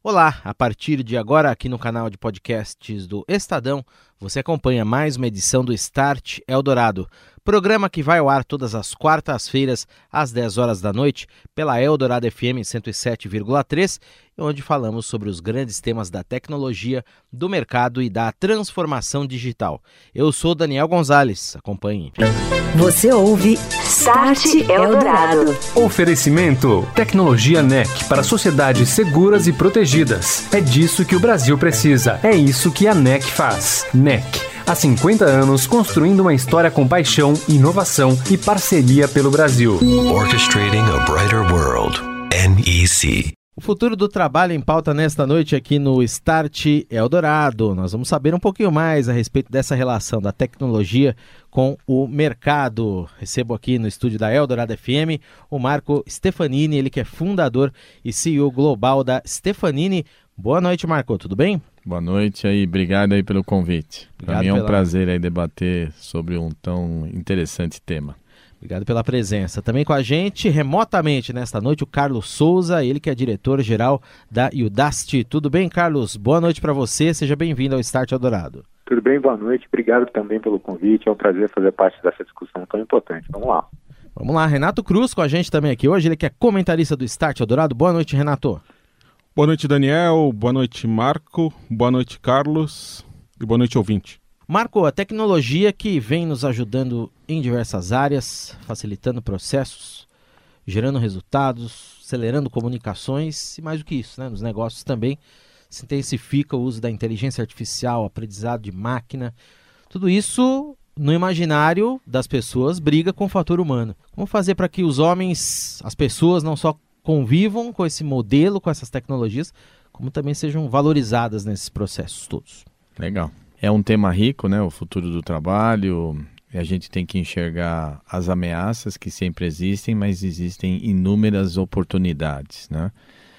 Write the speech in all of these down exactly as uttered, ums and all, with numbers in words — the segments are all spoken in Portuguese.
Olá, a partir de agora aqui no canal de podcasts do Estadão, você acompanha mais uma edição do Start Eldorado, programa que vai ao ar todas as quartas-feiras às dez horas da noite pela Eldorado F M cento e sete vírgula três, onde falamos sobre os grandes temas da tecnologia, do mercado e da transformação digital. Eu sou Daniel Gonzalez, acompanhe. Você ouve Start Eldorado. Oferecimento Tecnologia N E C para sociedades seguras e protegidas. É disso que o Brasil precisa. É isso que a N E C faz. N E C. Há cinquenta anos, construindo uma história com paixão, inovação e parceria pelo Brasil. Orchestrating a Brighter World. N E C. O futuro do trabalho em pauta nesta noite aqui no Start Eldorado. Nós vamos saber um pouquinho mais a respeito dessa relação da tecnologia com o mercado. Recebo aqui no estúdio da Eldorado F M o Marco Stefanini, ele que é fundador e C E O global da Stefanini. Boa noite, Marco, tudo bem? Boa noite aí, obrigado aí pelo convite. Para mim é um pela... prazer aí debater sobre um tão interessante tema. Obrigado pela presença. Também com a gente, remotamente nesta noite, o Carlos Souza, ele que é diretor-geral da Udacity. Tudo bem, Carlos? Boa noite para você, seja bem-vindo ao Start Eldorado. Tudo bem, boa noite. Obrigado também pelo convite, é um prazer fazer parte dessa discussão tão importante. Vamos lá. Vamos lá, Renato Cruz com a gente também aqui hoje, ele que é comentarista do Start Eldorado. Boa noite, Renato. Boa noite, Daniel. Boa noite, Marco. Boa noite, Carlos. E boa noite, ouvinte. Marco, a tecnologia que vem nos ajudando em diversas áreas, facilitando processos, gerando resultados, acelerando comunicações e mais do que isso, né? Nos negócios também se intensifica o uso da inteligência artificial, aprendizado de máquina. Tudo isso no imaginário das pessoas briga com o fator humano. Como fazer para que os homens, as pessoas não só convivam com esse modelo, com essas tecnologias, como também sejam valorizadas nesses processos todos? Legal. É um tema rico, né? O futuro do trabalho. A gente tem que enxergar as ameaças que sempre existem, mas existem inúmeras oportunidades, né?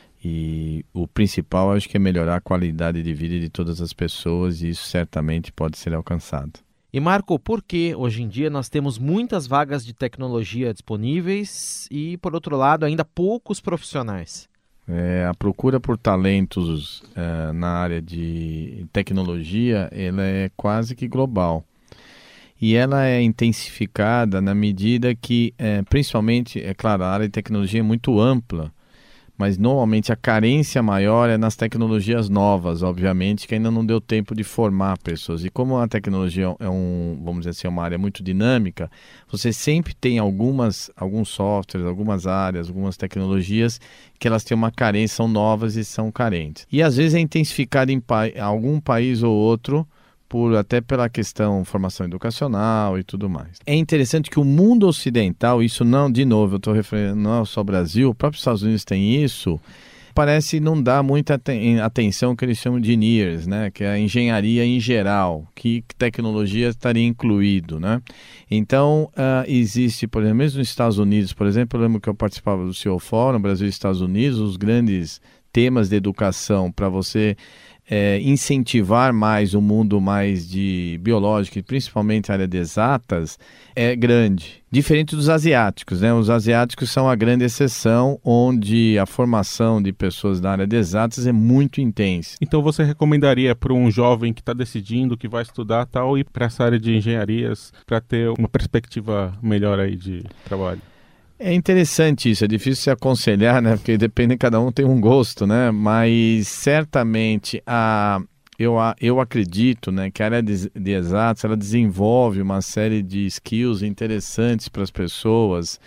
E o principal, acho que é melhorar a qualidade de vida de todas as pessoas, e isso certamente pode ser alcançado. E Marco, por que hoje em dia nós temos muitas vagas de tecnologia disponíveis e, por outro lado, ainda poucos profissionais? É, a procura por talentos é, na área de tecnologia, ela é quase que global. E ela é intensificada na medida que, é, principalmente, é claro, a área de tecnologia é muito ampla, mas normalmente a carência maior é nas tecnologias novas, obviamente, que ainda não deu tempo de formar pessoas. E como a tecnologia é um, vamos dizer assim, uma área muito dinâmica, você sempre tem algumas, alguns softwares, algumas áreas, algumas tecnologias que elas têm uma carência, são novas e são carentes. E às vezes é intensificado em pa- algum país ou outro, por, até pela questão formação educacional e tudo mais. É interessante que o mundo ocidental, isso não, de novo, eu estou referindo, não é só o Brasil, o próprio Estados Unidos tem isso, parece não dar muita aten- atenção ao que eles chamam de engineers, né? Que é a engenharia em geral, que tecnologia estaria incluído, né? Então, uh, existe, por exemplo, mesmo nos Estados Unidos, por exemplo, eu lembro que eu participava do C E O Fórum, Brasil e Estados Unidos, os grandes temas de educação para você É, incentivar mais o mundo mais de biológico e principalmente a área de exatas é grande. Diferente dos asiáticos, né? Os asiáticos são a grande exceção, onde a formação de pessoas na área de exatas é muito intensa. Então você recomendaria para um jovem que está decidindo que vai estudar tal ir para essa área de engenharias para ter uma perspectiva melhor aí de trabalho? É interessante isso, é difícil se aconselhar, né? Porque depende, cada um tem um gosto, né? Mas certamente a, eu, a, eu acredito, né, que a área de, de exatos ela desenvolve uma série de skills interessantes para as pessoas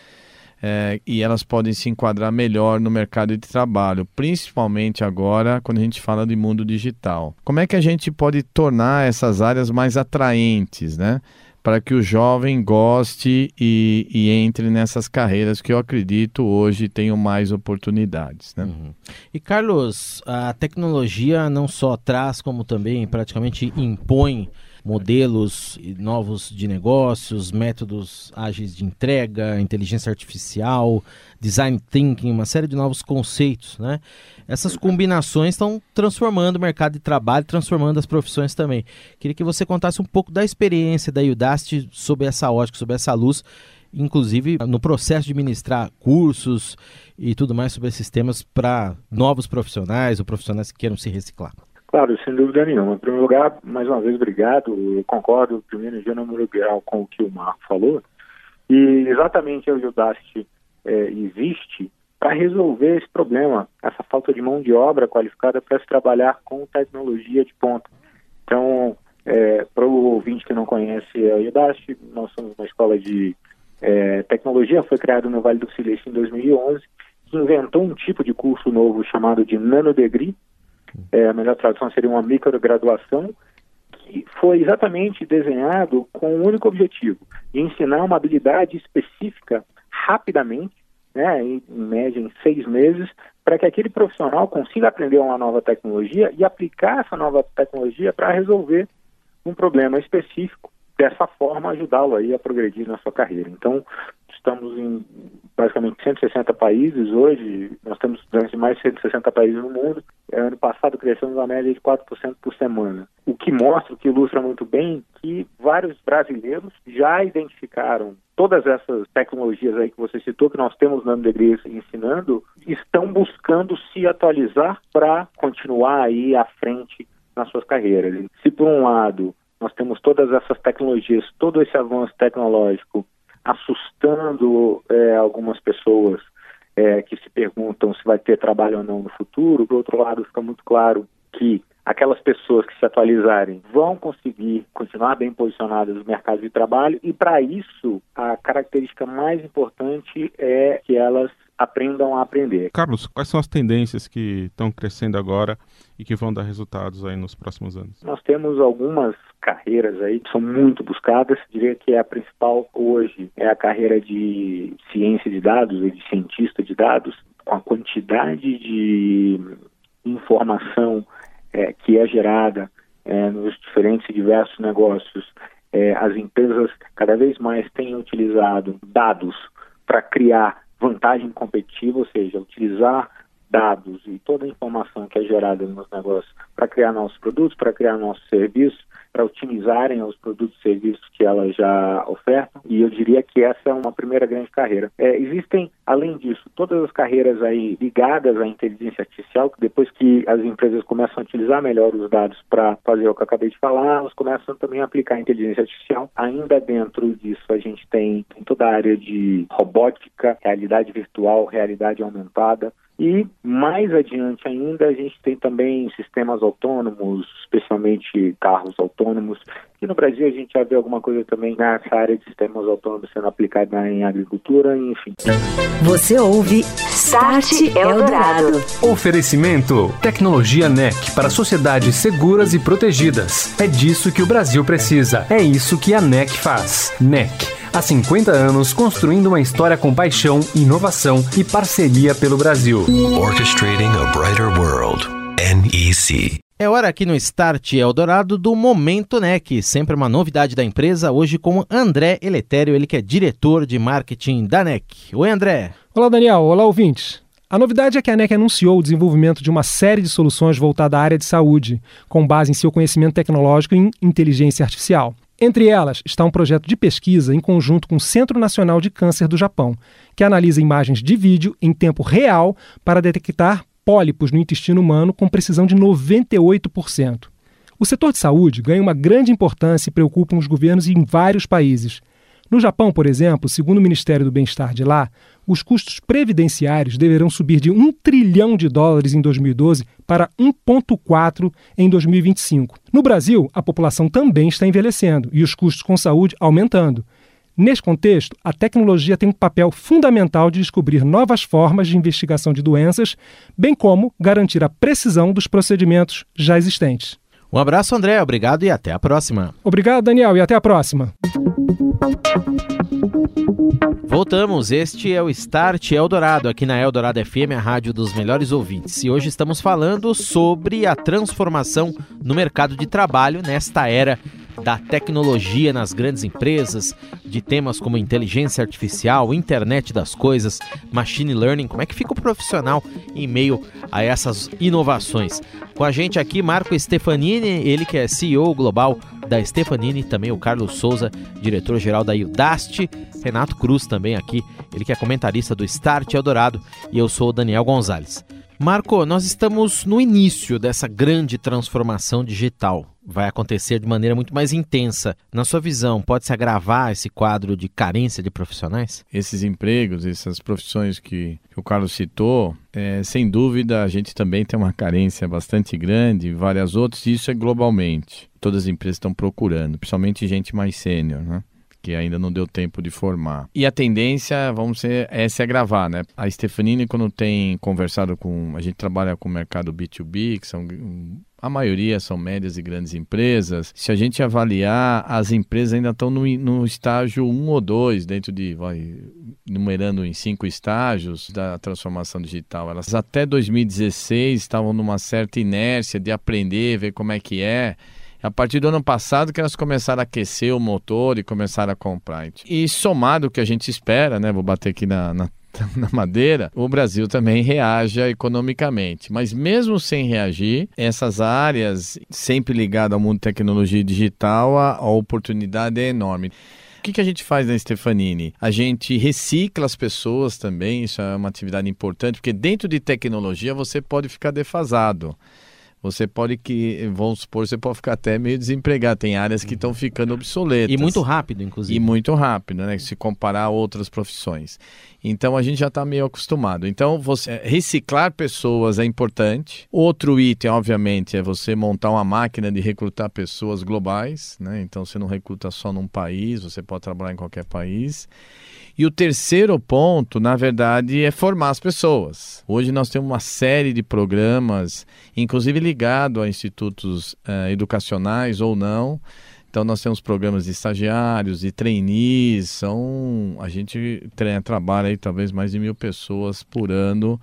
é, e elas podem se enquadrar melhor no mercado de trabalho, principalmente agora quando a gente fala de mundo digital. Como é que a gente pode tornar essas áreas mais atraentes, né? Para que o jovem goste e, e entre nessas carreiras que eu acredito hoje tenham mais oportunidades, né? Uhum. E Carlos, a tecnologia não só traz, como também praticamente impõe modelos novos de negócios, métodos ágeis de entrega, inteligência artificial, design thinking, uma série de novos conceitos, né? Essas combinações estão transformando o mercado de trabalho, transformando as profissões também. Queria que você contasse um pouco da experiência da Udacity sob essa ótica, sob essa luz, inclusive no processo de ministrar cursos e tudo mais sobre esses temas para novos profissionais ou profissionais que queiram se reciclar? Claro, sem dúvida nenhuma. Em primeiro lugar, mais uma vez, obrigado. Eu concordo, primeiro, em gênero grau com o que o Marco falou. E exatamente a Udacity é, existe para resolver esse problema, essa falta de mão de obra qualificada para se trabalhar com tecnologia de ponta. Então, é, para o ouvinte que não conhece a Udacity, nós somos uma escola de é, tecnologia, foi criada no Vale do Silício em dois mil e onze, que inventou um tipo de curso novo chamado de nanodegree. É, a melhor tradução seria uma micrograduação, que foi exatamente desenhado com o único objetivo de ensinar uma habilidade específica rapidamente, né, em, em média em seis meses, para que aquele profissional consiga aprender uma nova tecnologia e aplicar essa nova tecnologia para resolver um problema específico, dessa forma ajudá-lo aí a progredir na sua carreira. Então, estamos em basicamente cento e sessenta países hoje, nós temos estudantes de mais de cento e sessenta países no mundo. Ano passado crescemos a média de quatro por cento por semana, o que mostra, o que ilustra muito bem que vários brasileiros já identificaram todas essas tecnologias aí que você citou, que nós temos na Nanodegree ensinando, estão buscando se atualizar para continuar aí à frente nas suas carreiras. Se por um lado nós temos todas essas tecnologias, todo esse avanço tecnológico assustando é, algumas pessoas é, que se perguntam se vai ter trabalho ou não no futuro, por outro lado fica muito claro que aquelas pessoas que se atualizarem vão conseguir continuar bem posicionadas no mercado de trabalho, e para isso a característica mais importante é que elas aprendam a aprender. Carlos, quais são as tendências que estão crescendo agora e que vão dar resultados aí nos próximos anos? Nós temos algumas carreiras aí que são muito buscadas. Diria que a principal hoje é a carreira de ciência de dados, de cientista de dados, com a quantidade de informação é, que é gerada é, nos diferentes e diversos negócios. É, as empresas cada vez mais têm utilizado dados para criar vantagem competitiva, ou seja, utilizar dados e toda a informação que é gerada nos negócios para criar novos produtos, para criar novos serviços, para otimizarem os produtos e serviços que elas já ofertam, e eu diria que essa é uma primeira grande carreira. É, existem, além disso, todas as carreiras aí ligadas à inteligência artificial, que depois que as empresas começam a utilizar melhor os dados para fazer o que eu acabei de falar, elas começam também a aplicar a inteligência artificial. Ainda dentro disso, a gente tem, tem toda a área de robótica, realidade virtual, realidade aumentada, e mais adiante ainda a gente tem também sistemas autônomos, especialmente carros autônomos, e no Brasil a gente já vê alguma coisa também nessa área de sistemas autônomos sendo aplicada em agricultura, enfim. Você ouve Start Eldorado. Oferecimento Tecnologia N E C para sociedades seguras e protegidas. É disso que o Brasil precisa. É isso que a N E C faz. N E C. Há cinquenta anos, construindo uma história com paixão, inovação e parceria pelo Brasil. Orchestrating a brighter world. N E C. É hora aqui no Start Eldorado do Momento N E C, sempre uma novidade da empresa, hoje com André Eletério, ele que é diretor de marketing da N E C. Oi, André. Olá, Daniel. Olá, ouvintes. A novidade é que a N E C anunciou o desenvolvimento de uma série de soluções voltada à área de saúde, com base em seu conhecimento tecnológico em inteligência artificial. Entre elas está um projeto de pesquisa em conjunto com o Centro Nacional de Câncer do Japão, que analisa imagens de vídeo em tempo real para detectar pólipos no intestino humano com precisão de noventa e oito por cento. O setor de saúde ganha uma grande importância e preocupa os governos em vários países. No Japão, por exemplo, segundo o Ministério do Bem-Estar de lá, os custos previdenciários deverão subir de um trilhão de dólares em dois mil e doze para um vírgula quatro em dois mil e vinte e cinco. No Brasil, a população também está envelhecendo e os custos com saúde aumentando. Neste contexto, a tecnologia tem um papel fundamental de descobrir novas formas de investigação de doenças, bem como garantir a precisão dos procedimentos já existentes. Um abraço, André. Obrigado e até a próxima. Obrigado, Daniel, e até a próxima. Voltamos, este é o Start Eldorado, aqui na Eldorado F M, a rádio dos melhores ouvintes. E hoje estamos falando sobre a transformação no mercado de trabalho nesta era da tecnologia nas grandes empresas, de temas como inteligência artificial, internet das coisas, machine learning. Como é que fica o profissional em meio a essas inovações? Com a gente aqui, Marco Stefanini, ele que é C E O global da Stefanini, também o Carlos Souza, diretor-geral da Udacity, Renato Cruz também aqui, ele que é comentarista do Start Eldorado, e eu sou o Daniel Gonzalez. Marco, nós estamos no início dessa grande transformação digital. Vai acontecer de maneira muito mais intensa. Na sua visão, pode-se agravar esse quadro de carência de profissionais? Esses empregos, essas profissões que o Carlos citou, é, sem dúvida a gente também tem uma carência bastante grande, várias outras, e isso é globalmente. Todas as empresas estão procurando, principalmente gente mais sênior, né? Que ainda não deu tempo de formar. E a tendência, vamos ser, é se agravar, né? A Stefanini, quando tem conversado com... A gente trabalha com o mercado B dois B, que são... A maioria são médias e grandes empresas. Se a gente avaliar, as empresas ainda estão no, no estágio um ou dois, dentro de... Vai, numerando em cinco estágios da transformação digital. Elas até dois mil e dezesseis estavam numa certa inércia de aprender, ver como é que é. A partir do ano passado que elas começaram a aquecer o motor e começaram a comprar. E somado o que a gente espera, né? Vou bater aqui na, na, na madeira, o Brasil também reaja economicamente. Mas mesmo sem reagir, essas áreas, sempre ligadas ao mundo de tecnologia digital, a, a oportunidade é enorme. O que, que a gente faz na Stefanini? A gente recicla as pessoas também, isso é uma atividade importante, porque dentro de tecnologia você pode ficar defasado. Você pode que, vamos supor, você pode ficar até meio desempregado. Tem áreas que estão ficando obsoletas. E muito rápido, inclusive. E muito rápido, né? Se comparar a outras profissões. Então, a gente já está meio acostumado. Então, você reciclar pessoas é importante. Outro item, obviamente, é você montar uma máquina de recrutar pessoas globais, né? Então, você não recruta só num país, você pode trabalhar em qualquer país. E o terceiro ponto, na verdade, é formar as pessoas. Hoje nós temos uma série de programas, inclusive ligado a institutos uh, educacionais ou não. Então nós temos programas de estagiários, de trainees, são, a gente tra- trabalha aí talvez mais de mil pessoas por ano.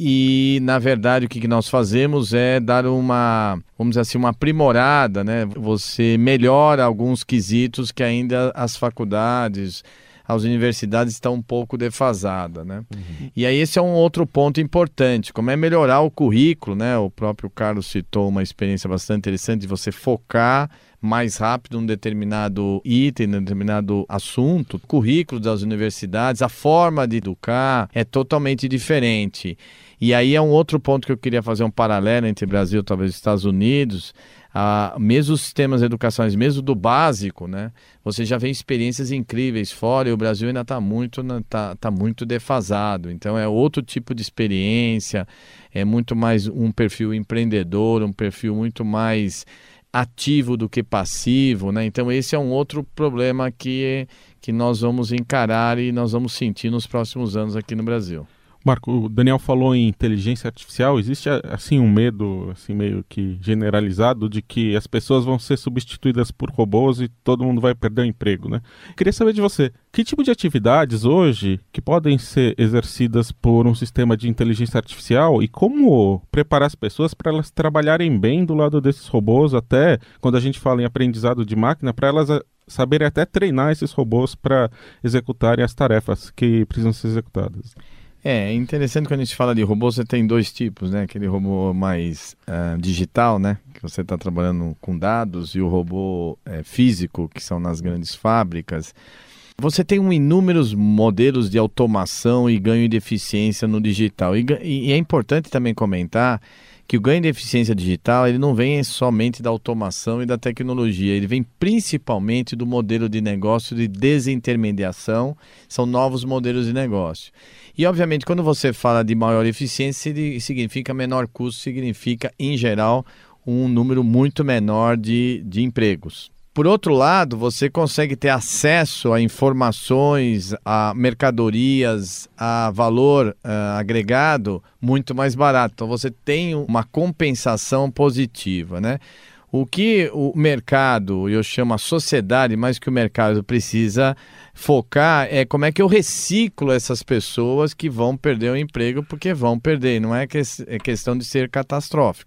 E, na verdade, o que nós fazemos é dar uma, vamos dizer assim, uma aprimorada, né? Você melhora alguns quesitos que ainda as faculdades... as universidades estão um pouco defasadas, né? Uhum. E aí esse é um outro ponto importante, como é melhorar o currículo, né? O próprio Carlos citou uma experiência bastante interessante de você focar mais rápido num determinado item, num determinado assunto. O currículo das universidades, a forma de educar é totalmente diferente. E aí é um outro ponto que eu queria fazer um paralelo entre Brasil e talvez Estados Unidos. Ah, mesmo os sistemas educacionais, mesmo do básico, né? Você já vê experiências incríveis fora e o Brasil ainda está muito, tá, tá muito defasado. Então é outro tipo de experiência, é muito mais um perfil empreendedor, um perfil muito mais ativo do que passivo, né? Então esse é um outro problema que, que nós vamos encarar e nós vamos sentir nos próximos anos aqui no Brasil. Marco, o Daniel falou em inteligência artificial. Existe assim um medo assim meio que generalizado de que as pessoas vão ser substituídas por robôs e todo mundo vai perder o emprego, né? Queria saber de você, que tipo de atividades hoje que podem ser exercidas por um sistema de inteligência artificial e como preparar as pessoas para elas trabalharem bem do lado desses robôs, até quando a gente fala em aprendizado de máquina, para elas saberem até treinar esses robôs para executarem as tarefas que precisam ser executadas. É interessante quando a gente fala de robô, você tem dois tipos, né? Aquele robô mais uh, digital, né? Que você está trabalhando com dados, e o robô uh, físico, que são nas grandes fábricas. Você tem um inúmeros modelos de automação e ganho de eficiência no digital. E, e é importante também comentar que o ganho de eficiência digital ele não vem somente da automação e da tecnologia, ele vem principalmente do modelo de negócio de desintermediação, são novos modelos de negócio. E, obviamente, quando você fala de maior eficiência, significa menor custo, significa, em geral, um número muito menor de, de empregos. Por outro lado, você consegue ter acesso a informações, a mercadorias, a valor uh, agregado muito mais barato. Então, você tem uma compensação positiva, né? O que o mercado, eu chamo a sociedade, mais que o mercado precisa focar é como é que eu reciclo essas pessoas que vão perder o emprego, porque vão perder. Não é, que, é questão de ser catastrófico.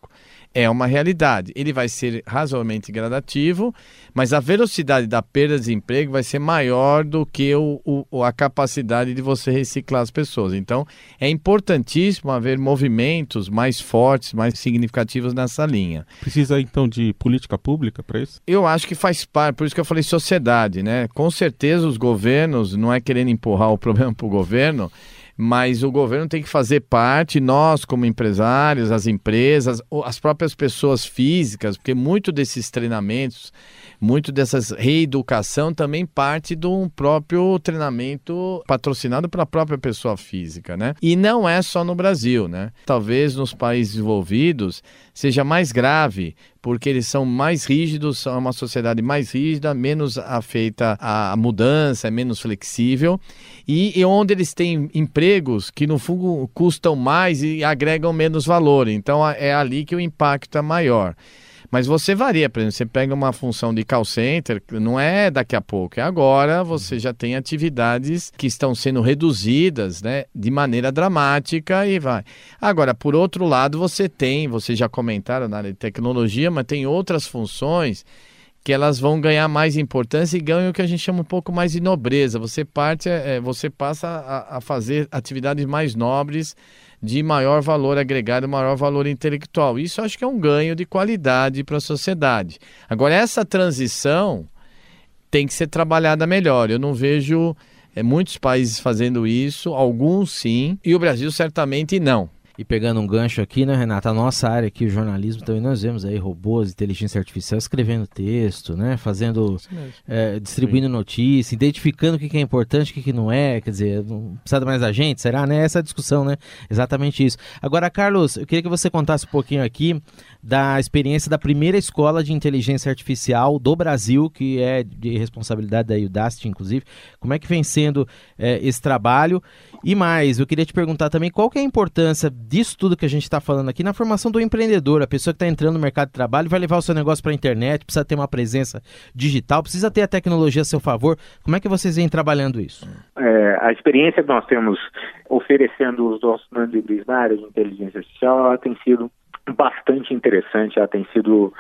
é uma realidade. Ele vai ser razoavelmente gradativo, mas a velocidade da perda de emprego vai ser maior do que o, o, a capacidade de você reciclar as pessoas. Então, é importantíssimo haver movimentos mais fortes, mais significativos nessa linha. Precisa, então, de política pública para isso? Eu acho que faz parte, por isso que eu falei sociedade, né? Com certeza os governos, não é querendo empurrar o problema para o governo, mas o governo tem que fazer parte, nós como empresários, as empresas, as próprias pessoas físicas, porque muito desses treinamentos, muito dessas reeducação também parte de um próprio treinamento patrocinado pela própria pessoa física, né? E não é só no Brasil, né? Talvez nos países desenvolvidos seja mais grave, porque eles são mais rígidos, são uma sociedade mais rígida, menos afeita à mudança, é menos flexível, e, e onde eles têm empregos que no fundo custam mais e agregam menos valor, então é ali que o impacto é maior. Mas você varia, por exemplo, você pega uma função de call center, não é daqui a pouco, é agora, você já tem atividades que estão sendo reduzidas, né, de maneira dramática e vai. Agora, por outro lado, você tem, vocês já comentaram na área de tecnologia, mas tem outras funções que elas vão ganhar mais importância e ganham o que a gente chama um pouco mais de nobreza. Você parte, é, você passa a, a fazer atividades mais nobres, de maior valor agregado, maior valor intelectual. Isso eu acho que é um ganho de qualidade para a sociedade. Agora, essa transição tem que ser trabalhada melhor. Eu não vejo é, muitos países fazendo isso, alguns sim, e o Brasil certamente não. E pegando um gancho aqui, né, Renata, a nossa área aqui, o jornalismo, também nós vemos aí robôs, inteligência artificial escrevendo texto, né, fazendo, é, distribuindo Sim. notícia, identificando o que é importante, o que não é, quer dizer, não precisa mais da gente, será, né? Essa discussão, né? Exatamente isso. Agora, Carlos, eu queria que você contasse um pouquinho aqui da experiência da primeira escola de inteligência artificial do Brasil, que é de responsabilidade da Udacity, inclusive. Como é que vem sendo é, esse trabalho? E mais, eu queria te perguntar também qual que é a importância disso tudo que a gente está falando aqui na formação do empreendedor, a pessoa que está entrando no mercado de trabalho, vai levar o seu negócio para a internet, precisa ter uma presença digital, precisa ter a tecnologia a seu favor. Como é que vocês vêm trabalhando isso? É, a experiência que nós temos oferecendo os nossos degrees na área de inteligência artificial, ela tem sido bastante interessante, ela tem sido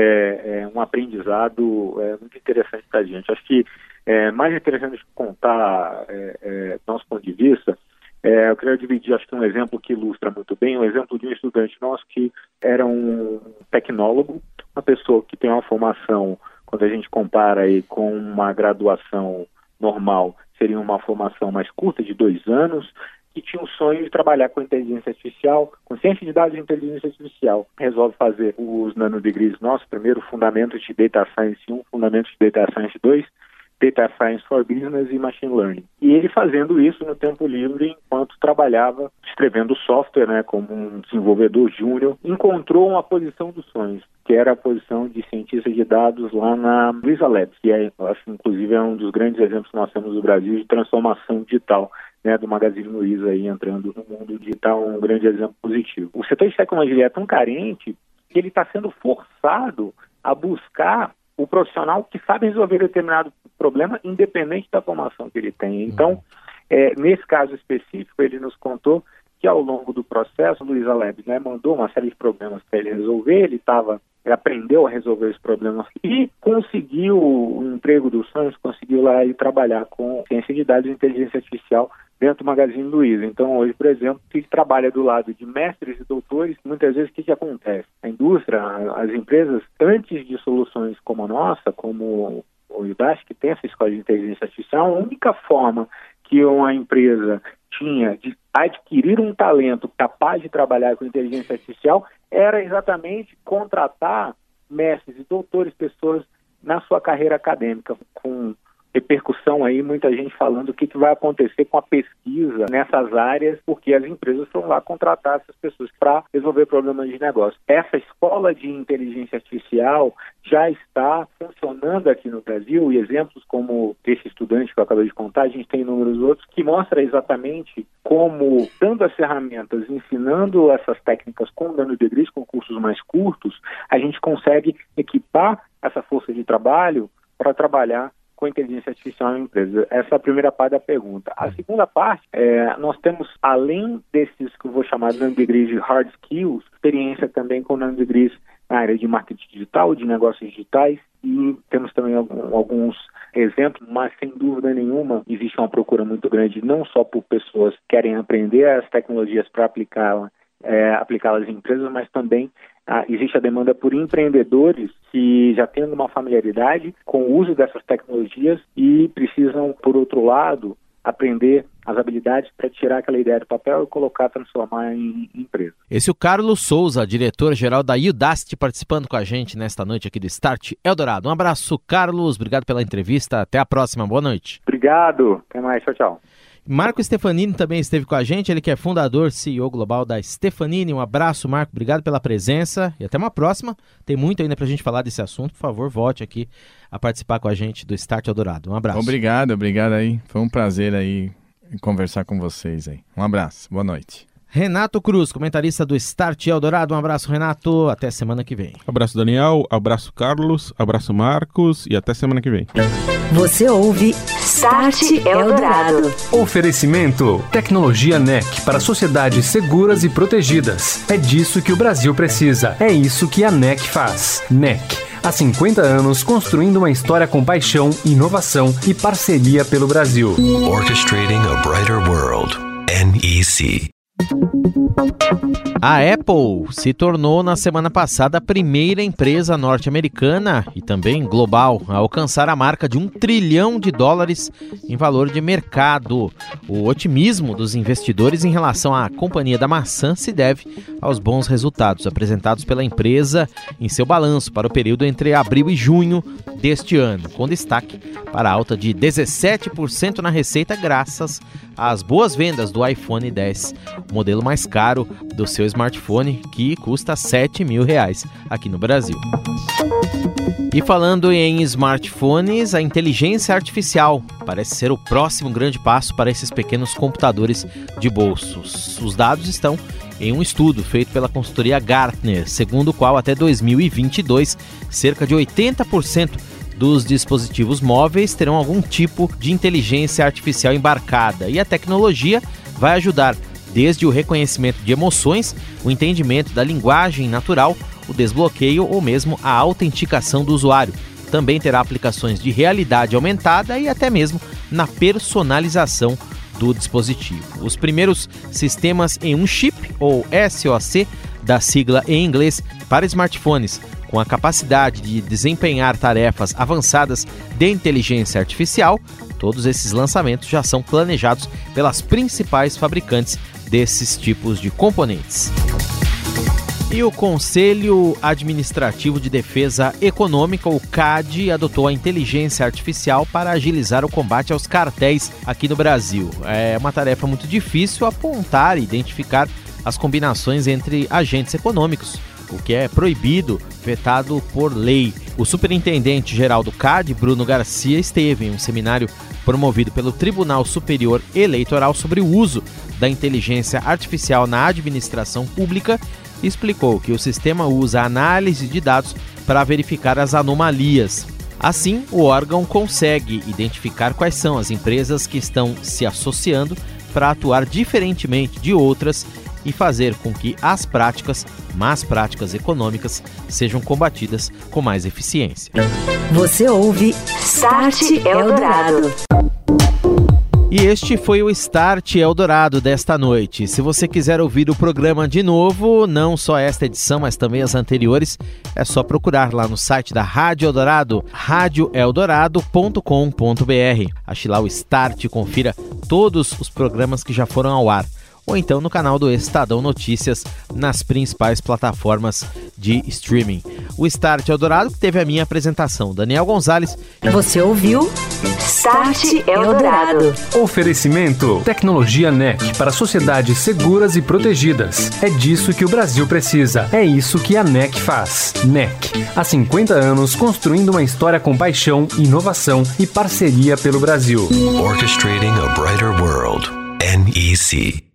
é, é, um aprendizado é, muito interessante para a gente. Acho que é mais interessante de contar é, é, do nosso ponto de vista. É, eu queria dividir, acho que um exemplo que ilustra muito bem, um exemplo de um estudante nosso que era um tecnólogo, uma pessoa que tem uma formação, quando a gente compara aí com uma graduação normal, seria uma formação mais curta, de dois anos, que tinha o sonho de trabalhar com inteligência artificial, com ciência de dados e inteligência artificial. Resolve fazer os nanodegrees nossos, primeiro Fundamentos de Data Science um, Fundamentos de Data Science dois, Data Science for Business e Machine Learning. E ele fazendo isso no tempo livre, enquanto trabalhava escrevendo software, né, como um desenvolvedor júnior, encontrou uma posição dos sonhos, que era a posição de cientista de dados lá na Luiza Labs, que é, acho, inclusive é um dos grandes exemplos que nós temos no Brasil de transformação digital, né, do Magazine Luiza aí entrando no mundo digital, um grande exemplo positivo. O setor de tecnologia é tão carente que ele está sendo forçado a buscar o profissional que sabe resolver determinado problema, independente da formação que ele tem. Então, é, nesse caso específico, ele nos contou que ao longo do processo, o Luiza Labs, né, mandou uma série de problemas para ele resolver, ele estava, ele aprendeu a resolver os problemas e conseguiu o emprego dos sonhos, conseguiu lá ir trabalhar com ciência de dados e inteligência artificial dentro do Magazine Luiza. Então, hoje, por exemplo, ele trabalha do lado de mestres e doutores. Muitas vezes, o que, que acontece? A indústria, as empresas, antes de soluções como a nossa, como o Udacity, que tem essa escola de inteligência artificial, a única forma que uma empresa tinha de adquirir um talento capaz de trabalhar com inteligência artificial era exatamente contratar mestres e doutores, pessoas na sua carreira acadêmica, com repercussão aí, muita gente falando o que, que vai acontecer com a pesquisa nessas áreas, porque as empresas estão lá contratar essas pessoas para resolver problemas de negócio. Essa escola de inteligência artificial já está funcionando aqui no Brasil, e exemplos como esse estudante que eu acabei de contar, a gente tem inúmeros outros, que mostra exatamente como, dando as ferramentas, ensinando essas técnicas com nanodegrees, com cursos mais curtos, a gente consegue equipar essa força de trabalho para trabalhar com inteligência artificial em empresas? Essa é a primeira parte da pergunta. A segunda parte, é, nós temos, além desses que eu vou chamar de nanodegrees de hard skills, experiência também com nanodegrees na área de marketing digital, de negócios digitais, e temos também algum, alguns exemplos, mas sem dúvida nenhuma existe uma procura muito grande, não só por pessoas que querem aprender as tecnologias para aplicá-las, é, aplicá-las em empresas, mas também ah, existe a demanda por empreendedores que já têm uma familiaridade com o uso dessas tecnologias e precisam, por outro lado, aprender as habilidades para tirar aquela ideia do papel e colocar, transformar em, em empresa. Esse é o Carlos Souza, diretor-geral da Udacity, participando com a gente nesta noite aqui do Start Eldorado. Um abraço, Carlos, obrigado pela entrevista, até a próxima, boa noite. Obrigado, até mais, tchau, tchau. Marco Stefanini também esteve com a gente, ele que é fundador, C E O global da Stefanini. Um abraço, Marco, obrigado pela presença e até uma próxima. Tem muito ainda pra gente falar desse assunto, por favor, volte aqui a participar com a gente do Start Eldorado. Um abraço. Obrigado, obrigado aí, foi um prazer aí conversar com vocês aí. Um abraço, boa noite. Renato Cruz, comentarista do Start Eldorado. Um abraço, Renato. Até semana que vem. Abraço, Daniel. Abraço, Carlos. Abraço, Marcos. E até semana que vem. Você ouve Start Eldorado. Oferecimento. Tecnologia N E C para sociedades seguras e protegidas. É disso que o Brasil precisa. É isso que a N E C faz. N E C. Há cinquenta anos, construindo uma história com paixão, inovação e parceria pelo Brasil. Orchestrating a brighter world. N E C. A Apple se tornou na semana passada a primeira empresa norte-americana e também global a alcançar a marca de um trilhão de dólares em valor de mercado. O otimismo dos investidores em relação à companhia da maçã se deve aos bons resultados apresentados pela empresa em seu balanço para o período entre abril e junho deste ano, com destaque para a alta de dezessete por cento na receita graças às boas vendas do iPhone dez, o modelo mais caro do seu smartphone, que custa sete mil reais aqui no Brasil. E falando em smartphones, a inteligência artificial parece ser o próximo grande passo para esses pequenos computadores de bolsos. Os dados estão em um estudo feito pela consultoria Gartner, segundo o qual até dois mil e vinte e dois, cerca de oitenta por cento dos dispositivos móveis terão algum tipo de inteligência artificial embarcada, e a tecnologia vai ajudar desde o reconhecimento de emoções, o entendimento da linguagem natural, o desbloqueio ou mesmo a autenticação do usuário. Também terá aplicações de realidade aumentada e até mesmo na personalização do dispositivo. Os primeiros sistemas em um chip, ou S O C, da sigla em inglês, para smartphones, com a capacidade de desempenhar tarefas avançadas de inteligência artificial, todos esses lançamentos já são planejados pelas principais fabricantes desses tipos de componentes. E o Conselho Administrativo de Defesa Econômica, o C A D, adotou a inteligência artificial para agilizar o combate aos cartéis aqui no Brasil. É uma tarefa muito difícil apontar e identificar as combinações entre agentes econômicos, o que é proibido, vetado por lei. O superintendente-geral do C A D, Bruno Garcia, esteve em um seminário promovido pelo Tribunal Superior Eleitoral sobre o uso da inteligência artificial na administração pública e explicou que o sistema usa a análise de dados para verificar as anomalias. Assim, o órgão consegue identificar quais são as empresas que estão se associando para atuar diferentemente de outras e fazer com que as práticas, más práticas econômicas, sejam combatidas com mais eficiência. Você ouve Start Eldorado. E este foi o Start Eldorado desta noite. Se você quiser ouvir o programa de novo, não só esta edição, mas também as anteriores, é só procurar lá no site da Rádio Eldorado, rádio eldorado ponto com ponto b r. Ache lá o Start e confira todos os programas que já foram ao ar. Ou então no canal do Estadão Notícias, nas principais plataformas de streaming. O Start Eldorado, que teve a minha apresentação, Daniel Gonzalez. Você ouviu Start Eldorado. Oferecimento. Tecnologia N E C para sociedades seguras e protegidas. É disso que o Brasil precisa. É isso que a N E C faz. N E C. Há cinquenta anos, construindo uma história com paixão, inovação e parceria pelo Brasil. Orchestrating a brighter world. N E C.